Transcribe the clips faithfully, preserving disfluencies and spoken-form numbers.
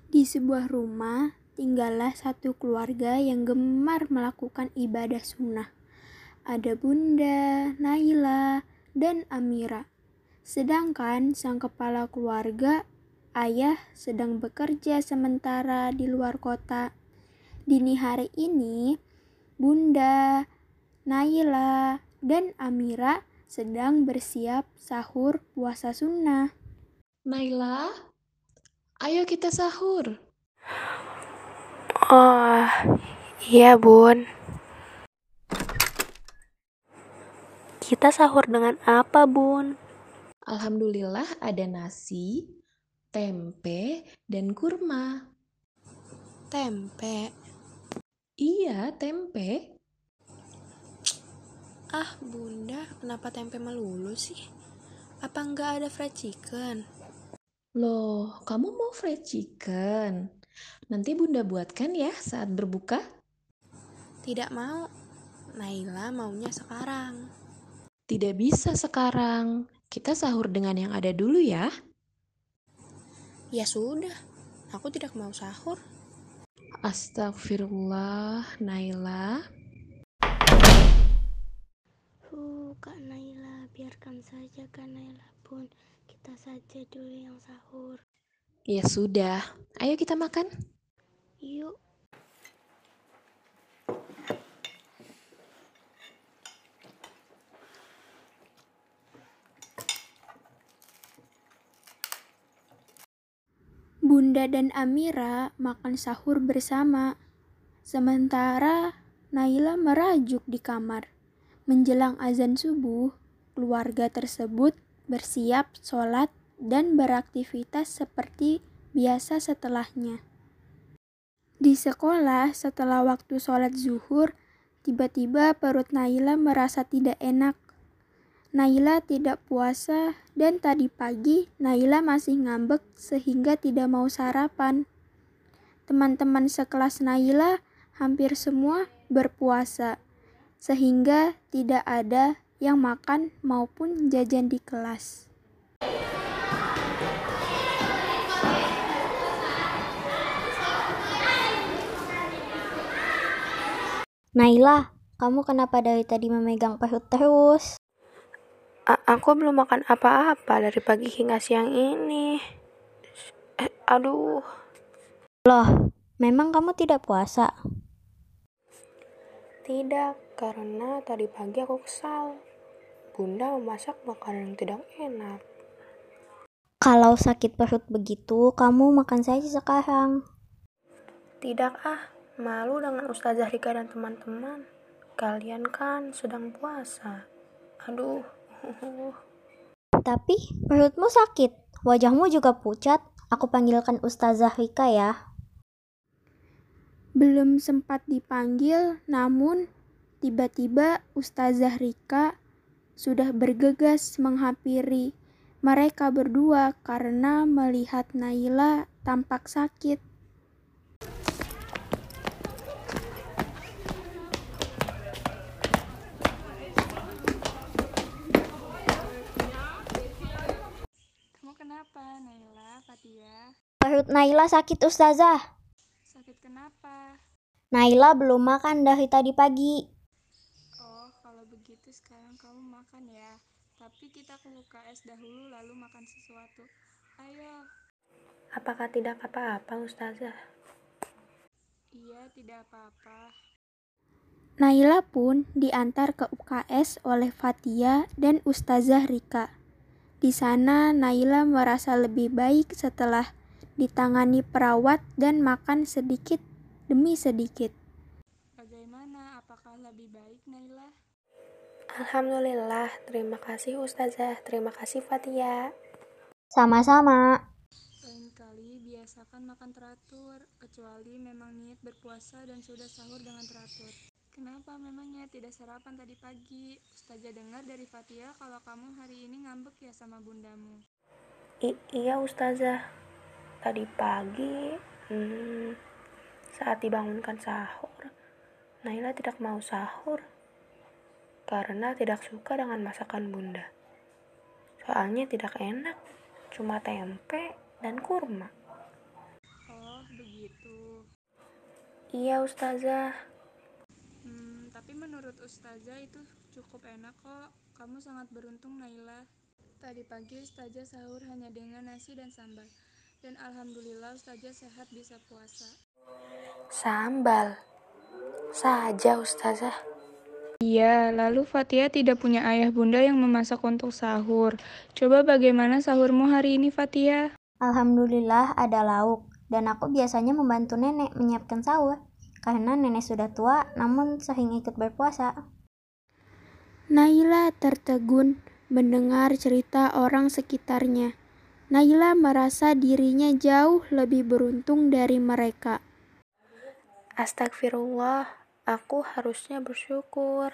Di sebuah rumah, tinggallah satu keluarga yang gemar melakukan ibadah sunnah. Ada Bunda, Naila, dan Amira. Sedangkan sang kepala keluarga, ayah, sedang bekerja sementara di luar kota. Dini hari ini, Bunda, Naila, dan Amira sedang bersiap sahur puasa sunnah. Naila, ayo kita sahur. Oh, iya bun. Kita sahur dengan apa bun? Alhamdulillah ada nasi, tempe, dan kurma. Tempe. Iya, tempe. Ah bunda, kenapa tempe melulu sih? Apa nggak ada fried chicken? Loh, kamu mau fried chicken? Nanti bunda buatkan ya saat berbuka. Tidak mau. Naila maunya sekarang. Tidak bisa sekarang. Kita sahur dengan yang ada dulu ya. Ya sudah, aku tidak mau sahur. Astagfirullah, Naila. Uh, Kak Naila, biarkan saja Kak Naila pun. Kita saja dulu yang sahur. Ya sudah, ayo kita makan. Yuk. Bunda dan Amira makan sahur bersama. Sementara Naila merajuk di kamar. Menjelang azan subuh, keluarga tersebut bersiap sholat dan beraktivitas seperti biasa setelahnya. Di sekolah, setelah waktu sholat zuhur, tiba-tiba perut Naila merasa tidak enak. Naila tidak puasa dan tadi pagi Naila masih ngambek sehingga tidak mau sarapan. Teman-teman sekelas Naila hampir semua berpuasa, sehingga tidak ada yang makan maupun jajan di kelas. Naila, kamu kenapa dari tadi memegang perut terus? A- aku belum makan apa-apa dari pagi hingga siang ini. Eh, aduh. Loh, memang kamu tidak puasa? Tidak, karena tadi pagi aku kesal. Bunda memasak makanan yang tidak enak. Kalau sakit perut begitu, kamu makan saja sekarang. Tidak ah, malu dengan Ustazah Rika dan teman-teman. Kalian kan sedang puasa. Aduh. Tapi perutmu sakit, wajahmu juga pucat. Aku panggilkan Ustazah Rika ya. Belum sempat dipanggil, namun tiba-tiba Ustazah Rika sudah bergegas menghampiri mereka berdua karena melihat Naila tampak sakit. Kamu kenapa, Naila, Fatia? Perut Naila sakit, Ustazah. Sakit kenapa? Naila belum makan dari tadi pagi. Oh, kalau begitu sekarang kamu makan ya. Tapi kita ke U K S dahulu lalu makan sesuatu. Ayo. Apakah tidak apa-apa, Ustazah? Iya, tidak apa-apa. Naila pun diantar ke U K S oleh Fatia dan Ustazah Rika. Di sana Naila merasa lebih baik setelah ditangani perawat dan makan sedikit demi sedikit. Bagaimana? Apakah lebih baik, Naila? Alhamdulillah, terima kasih Ustazah, terima kasih Fatia. Sama-sama. Lain kali biasakan makan teratur, kecuali memang niat berpuasa dan sudah sahur dengan teratur. Kenapa memangnya tidak sarapan tadi pagi? Ustazah dengar dari Fatia kalau kamu hari ini ngambek ya sama bundamu. I- iya Ustazah, tadi pagi hmm, saat dibangunkan sahur, Naila tidak mau sahur karena tidak suka dengan masakan Bunda. Soalnya tidak enak, cuma tempe dan kurma. Oh, Iya Ustazah. Hmm, tapi menurut Ustazah itu cukup enak kok. Kamu sangat beruntung, Naila. Tadi pagi Ustazah sahur hanya dengan nasi dan sambal. Dan alhamdulillah Ustazah sehat bisa puasa. Sambal saja Ustazah. Iya, lalu Fatia tidak punya ayah bunda yang memasak untuk sahur. Coba bagaimana sahurmu hari ini, Fatia? Alhamdulillah ada lauk, dan aku biasanya membantu nenek menyiapkan sahur, karena nenek sudah tua namun sering ikut berpuasa. Naila tertegun mendengar cerita orang sekitarnya. Naila merasa dirinya jauh lebih beruntung dari mereka. Astagfirullah, aku harusnya bersyukur.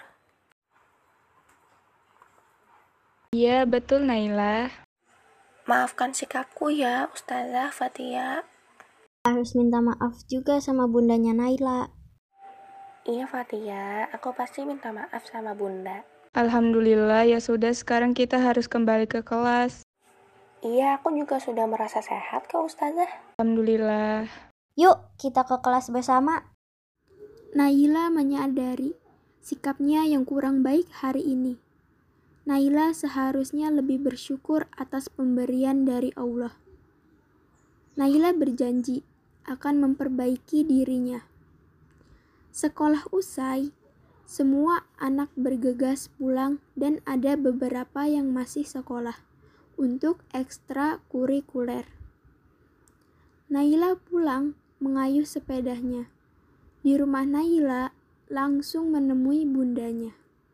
Iya, betul Naila. Maafkan sikapku ya Ustazah Fatia. Harus minta maaf juga sama bundanya Naila. Iya Fatia, aku pasti minta maaf sama bunda. Alhamdulillah, ya sudah, sekarang kita harus kembali ke kelas. Iya, aku juga sudah merasa sehat kok Ustazah. Alhamdulillah. Yuk, kita ke kelas bersama. Naila menyadari sikapnya yang kurang baik hari ini. Naila seharusnya lebih bersyukur atas pemberian dari Allah. Naila berjanji akan memperbaiki dirinya. Sekolah usai, semua anak bergegas pulang dan ada beberapa yang masih sekolah untuk ekstrakurikuler. Naila pulang mengayuh sepedanya. Di rumah Naila langsung menemui bundanya.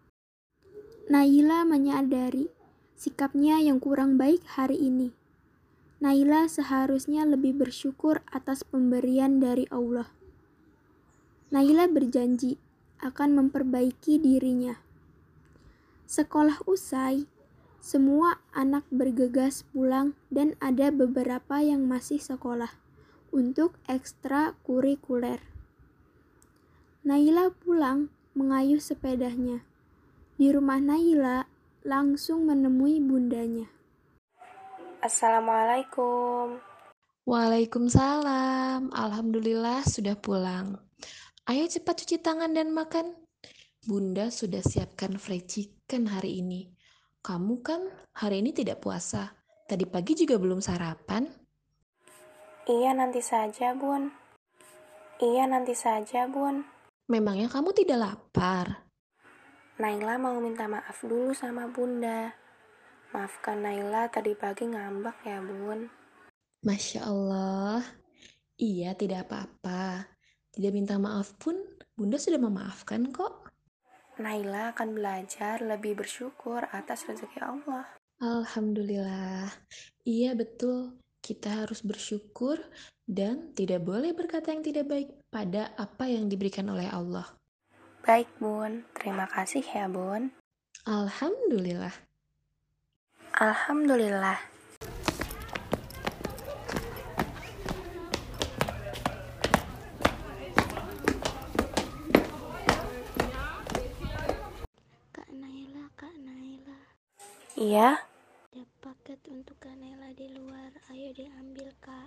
Naila menyadari sikapnya yang kurang baik hari ini. Naila seharusnya lebih bersyukur atas pemberian dari Allah. Naila berjanji akan memperbaiki dirinya. Sekolah usai, semua anak bergegas pulang dan ada beberapa yang masih sekolah untuk ekstrakurikuler. Naila pulang mengayuh sepedanya. Di rumah Naila langsung menemui bundanya. Assalamualaikum. Waalaikumsalam. Alhamdulillah sudah pulang. Ayo cepat cuci tangan dan makan. Bunda sudah siapkan fried chicken hari ini. Kamu kan hari ini tidak puasa. Tadi pagi juga belum sarapan. Iya nanti saja bun. Iya nanti saja bun. Memangnya kamu tidak lapar? Naila mau minta maaf dulu sama bunda. Maafkan Naila tadi pagi ngambek ya bun. Masya Allah. Iya, tidak apa-apa. Tidak minta maaf pun, Bunda sudah memaafkan kok. Naila akan belajar lebih bersyukur atas rezeki Allah. Alhamdulillah. Iya, betul. Kita harus bersyukur dan tidak boleh berkata yang tidak baik pada apa yang diberikan oleh Allah. Baik bun, terima kasih ya bun. Alhamdulillah. Alhamdulillah. Kak Naila, Kak Naila, Iya? ada paket untuk Kak Naila di luar, ayo diambil Kak.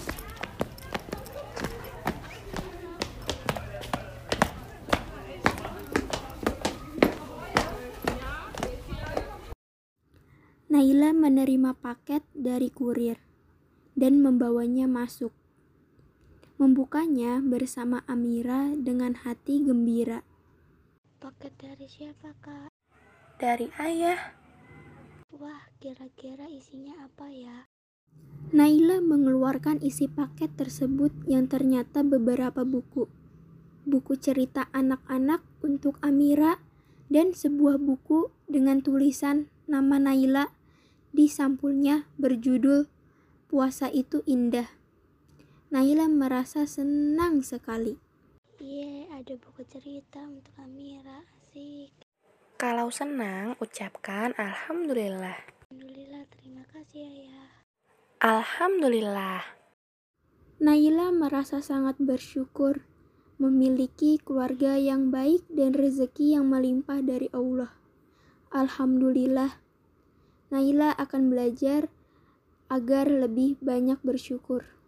Naila menerima paket dari kurir dan membawanya masuk. Membukanya bersama Amira dengan hati gembira. Paket dari siapa Kak? Dari ayah. Wah, kira-kira isinya apa ya? Naila mengeluarkan isi paket tersebut yang ternyata beberapa buku. Buku cerita anak-anak untuk Amira dan sebuah buku dengan tulisan nama Naila di sampulnya berjudul Puasa Itu Indah. Naila merasa senang sekali. Iya, ada buku cerita untuk Amira, asik. Kalau senang, ucapkan Alhamdulillah. Alhamdulillah, terima kasih Ayah. Alhamdulillah. Naila merasa sangat bersyukur memiliki keluarga yang baik dan rezeki yang melimpah dari Allah. Alhamdulillah. Naila akan belajar agar lebih banyak bersyukur.